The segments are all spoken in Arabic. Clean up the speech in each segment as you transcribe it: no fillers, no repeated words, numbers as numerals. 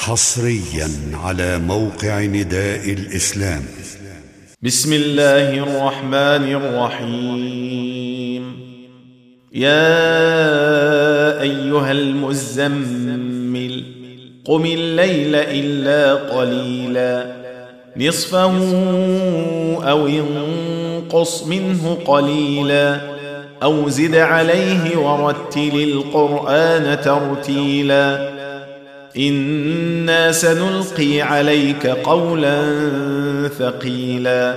حصريا على موقع نداء الإسلام. بسم الله الرحمن الرحيم. يا أيها المزمل قم الليل إلا قليلا نصفه أو انقص منه قليلا أو زد عليه ورتل القرآن ترتيلا إنا سنلقي عليك قولا ثقيلا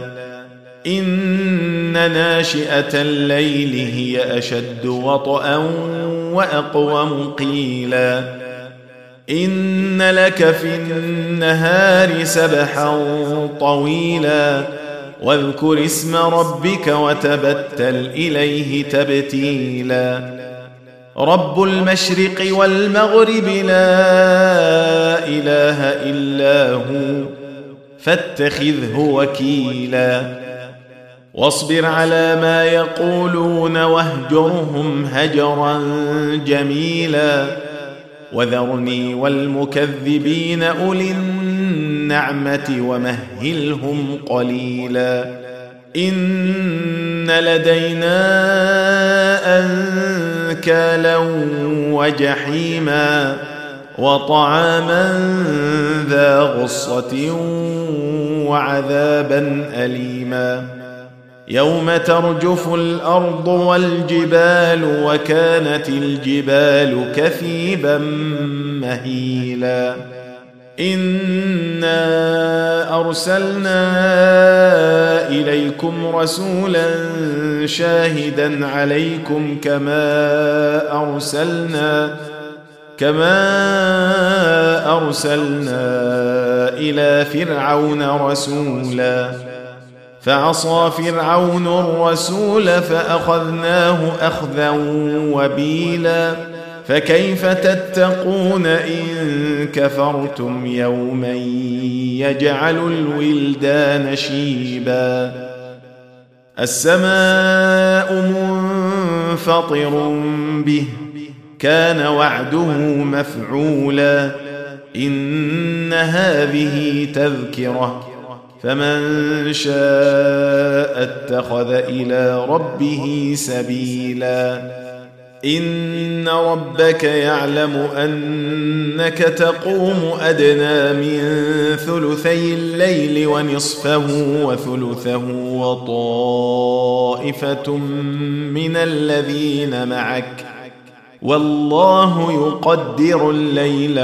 إن ناشئة الليل هي أشد وطئا وأقوم قيلا إن لك في النهار سبحا طويلا واذكر اسم ربك وتبتل إليه تبتيلا رب المشرق والمغرب لا إله إلا هو فاتخذه وكيلا واصبر على ما يقولون واهجرهم هجرا جميلا وذرني والمكذبين أولي النعمة ومهلهم قليلا إن لدينا أنكالا وجحيما وطعاما ذا غصة وعذابا أليما يوم ترجف الأرض والجبال وكانت الجبال كثيبا مهيلا إنا أرسلنا إليكم رسولا شاهدا عليكم كما أرسلنا إلى فرعون رسولا فعصى فرعون الرسول فأخذناه أخذا وبيلا فكيف تتقون إن كفرتم يوما يجعل الولدان شيبا السماء منفطر به كان وعده مفعولا إن هذه تذكرة فمن شاء اتخذ إلى ربه سبيلا إن ربك يعلم أنك تقوم أدنى من ثلثي الليل ونصفه وثلثه وطائفة من الذين معك والله يقدر الليل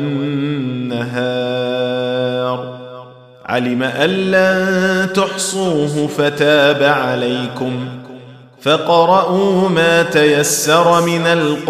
والنهار علم أن لن تحصوه فتاب عليكم فقرؤوا ما تيسر من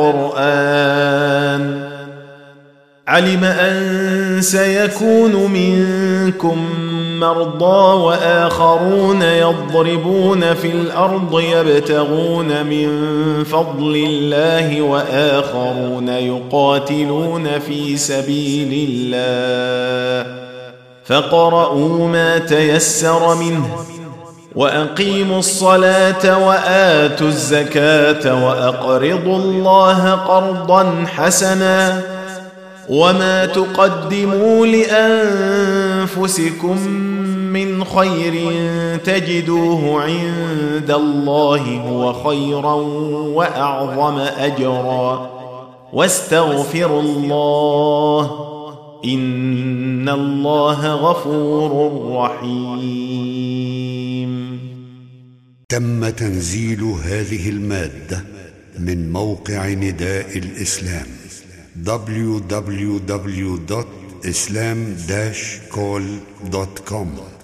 القرآن علم أن سيكون منكم مرضى وآخرون يضربون في الأرض يبتغون من فضل الله وآخرون يقاتلون في سبيل الله فقرؤوا ما تيسر منه وأقيموا الصلاة وآتوا الزكاة وأقرضوا الله قرضا حسنا وما تقدموا لأنفسكم من خير تجدوه عند الله هو خيرا وأعظم أجرا واستغفروا الله إن الله غفور رحيم. تم تنزيل هذه المادة من موقع نداء الإسلام www.islam-call.com